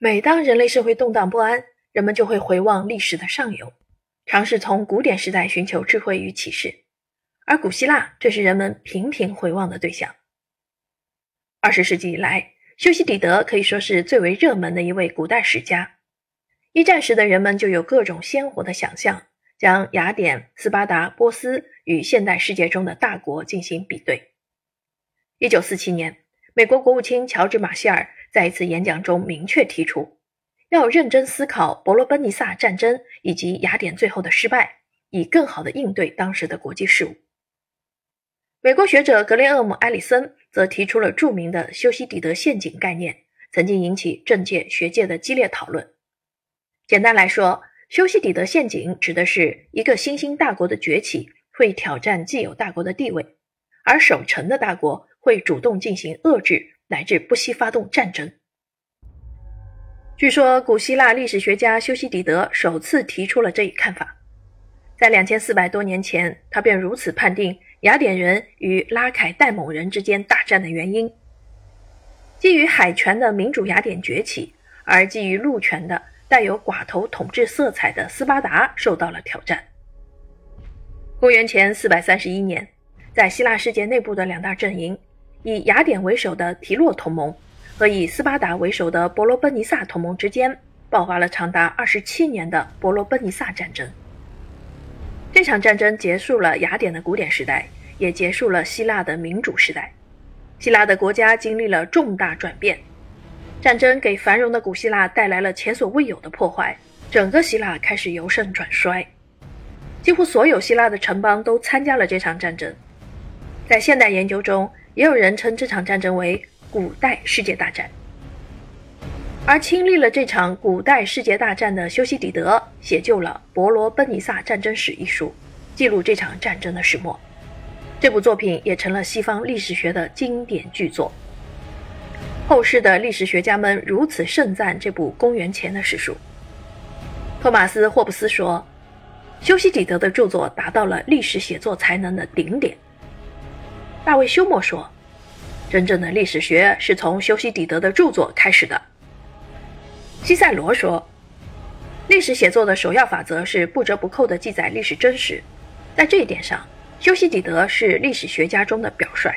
每当人类社会动荡不安，人们就会回望历史的上游，尝试从古典时代寻求智慧与启示，而古希腊正是人们频频回望的对象。20世纪以来，修昔底德可以说是最为热门的一位古代史家。一战时的人们就有各种鲜活的想象，将雅典、斯巴达、波斯与现代世界中的大国进行比对。1947年，美国国务卿乔治·马歇尔在一次演讲中明确提出，要认真思考伯罗奔尼撒战争以及雅典最后的失败，以更好地应对当时的国际事务。美国学者格雷厄姆·埃里森则提出了著名的修昔底德陷阱概念，曾经引起政界、学界的激烈讨论。简单来说，修昔底德陷阱指的是一个新兴大国的崛起会挑战既有大国的地位，而守成的大国会主动进行遏制乃至不惜发动战争。据说古希腊历史学家修昔底德首次提出了这一看法，在2400多年前，他便如此判定雅典人与拉凯戴蒙人之间大战的原因。基于海权的民主雅典崛起，而基于陆权的带有寡头统治色彩的斯巴达受到了挑战。公元前431年，在希腊世界内部的两大阵营，以雅典为首的提洛同盟和以斯巴达为首的伯罗奔尼撒同盟之间爆发了长达27年的伯罗奔尼撒战争。这场战争结束了雅典的古典时代，也结束了希腊的民主时代。希腊的国家经历了重大转变，战争给繁荣的古希腊带来了前所未有的破坏，整个希腊开始由盛转衰。几乎所有希腊的城邦都参加了这场战争。在现代研究中，也有人称这场战争为古代世界大战。而亲历了这场古代世界大战的修昔底德写就了《伯罗奔尼撒战争史》一书，记录这场战争的始末。这部作品也成了西方历史学的经典巨作。后世的历史学家们如此盛赞这部公元前的史书。托马斯·霍布斯说，修昔底德的著作达到了历史写作才能的顶点。大卫·休谟说，真正的历史学是从修昔底德的著作开始的。西塞罗说，历史写作的首要法则是不折不扣地记载历史真实，在这一点上，修昔底德是历史学家中的表率。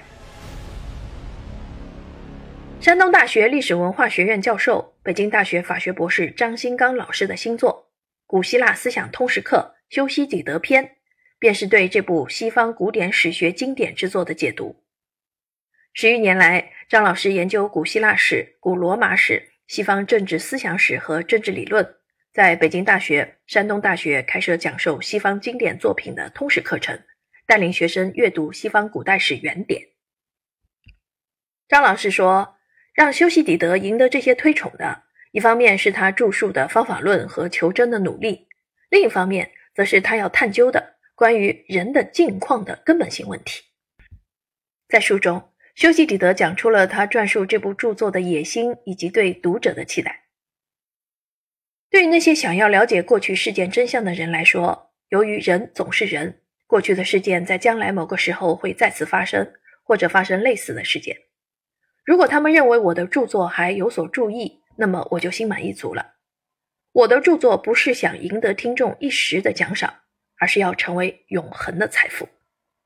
山东大学历史文化学院教授、北京大学法学博士张新刚老师的新作《古希腊思想通识课修昔底德篇》，便是对这部西方古典史学经典之作的解读。10余年来，张老师研究古希腊史、古罗马史、西方政治思想史和政治理论，在北京大学、山东大学开设讲授西方经典作品的通识课程，带领学生阅读西方古代史原典。张老师说，让修昔底德赢得这些推崇的，一方面是他著述的方法论和求真的努力，另一方面则是他要探究的关于人的境况的根本性问题。在书中，修昔底德讲出了他撰述这部著作的野心以及对读者的期待。对于那些想要了解过去事件真相的人来说，由于人总是人，过去的事件在将来某个时候会再次发生，或者发生类似的事件。如果他们认为我的著作还有所注意，那么我就心满意足了。我的著作不是想赢得听众一时的奖赏，而是要成为永恒的财富。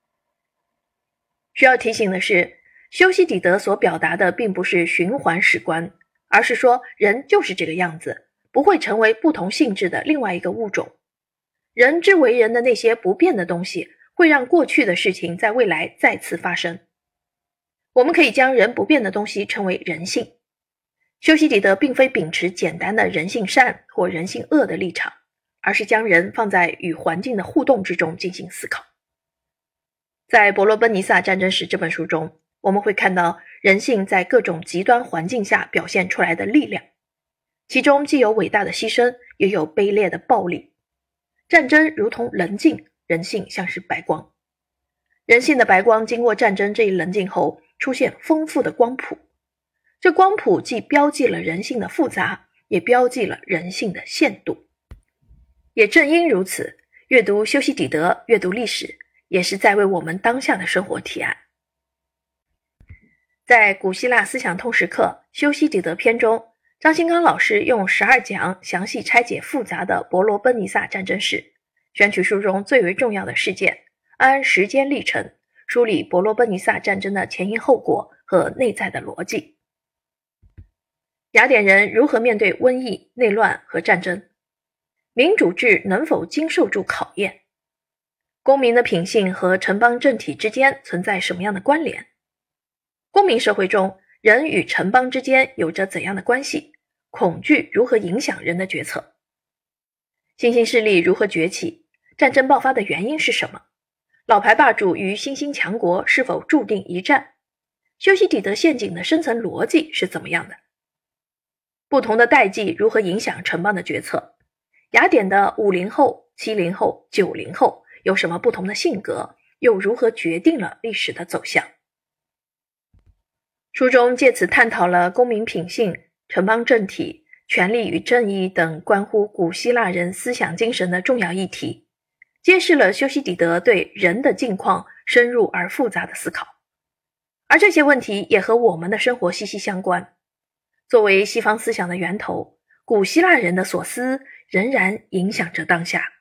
需要提醒的是，修昔底德所表达的并不是循环史观，而是说人就是这个样子，不会成为不同性质的另外一个物种。人之为人的那些不变的东西，会让过去的事情在未来再次发生。我们可以将人不变的东西称为人性。修昔底德并非秉持简单的人性善或人性恶的立场，而是将人放在与环境的互动之中进行思考。在《伯罗奔尼撒战争史》这本书中，我们会看到人性在各种极端环境下表现出来的力量，其中既有伟大的牺牲，也有卑劣的暴力。战争如同棱镜，人性像是白光。人性的白光经过战争这一棱镜后，出现丰富的光谱。这光谱既标记了人性的复杂，也标记了人性的限度。也正因如此，阅读修昔底德，阅读历史，也是在为我们当下的生活提案。在古希腊思想通识课修昔底德篇中， 张新刚老师用12讲详细拆解复杂的伯罗奔尼撒战争史，选取书中最为重要的事件，按时间历程梳理伯罗奔尼撒战争的前因后果和内在的逻辑。雅典人如何面对瘟疫、内乱和战争？民主制能否经受住考验？公民的品性和城邦政体之间存在什么样的关联？公民社会中，人与城邦之间有着怎样的关系？恐惧如何影响人的决策？新兴势力如何崛起？战争爆发的原因是什么？老牌霸主与新兴强国是否注定一战？修昔底德陷阱的深层逻辑是怎么样的？不同的代际如何影响城邦的决策？雅典的50后、70后、90后有什么不同的性格？又如何决定了历史的走向？书中借此探讨了公民品性、城邦政体、权力与正义等关乎古希腊人思想精神的重要议题，揭示了修昔底德对人的境况深入而复杂的思考。而这些问题也和我们的生活息息相关。作为西方思想的源头，古希腊人的所思仍然影响着当下。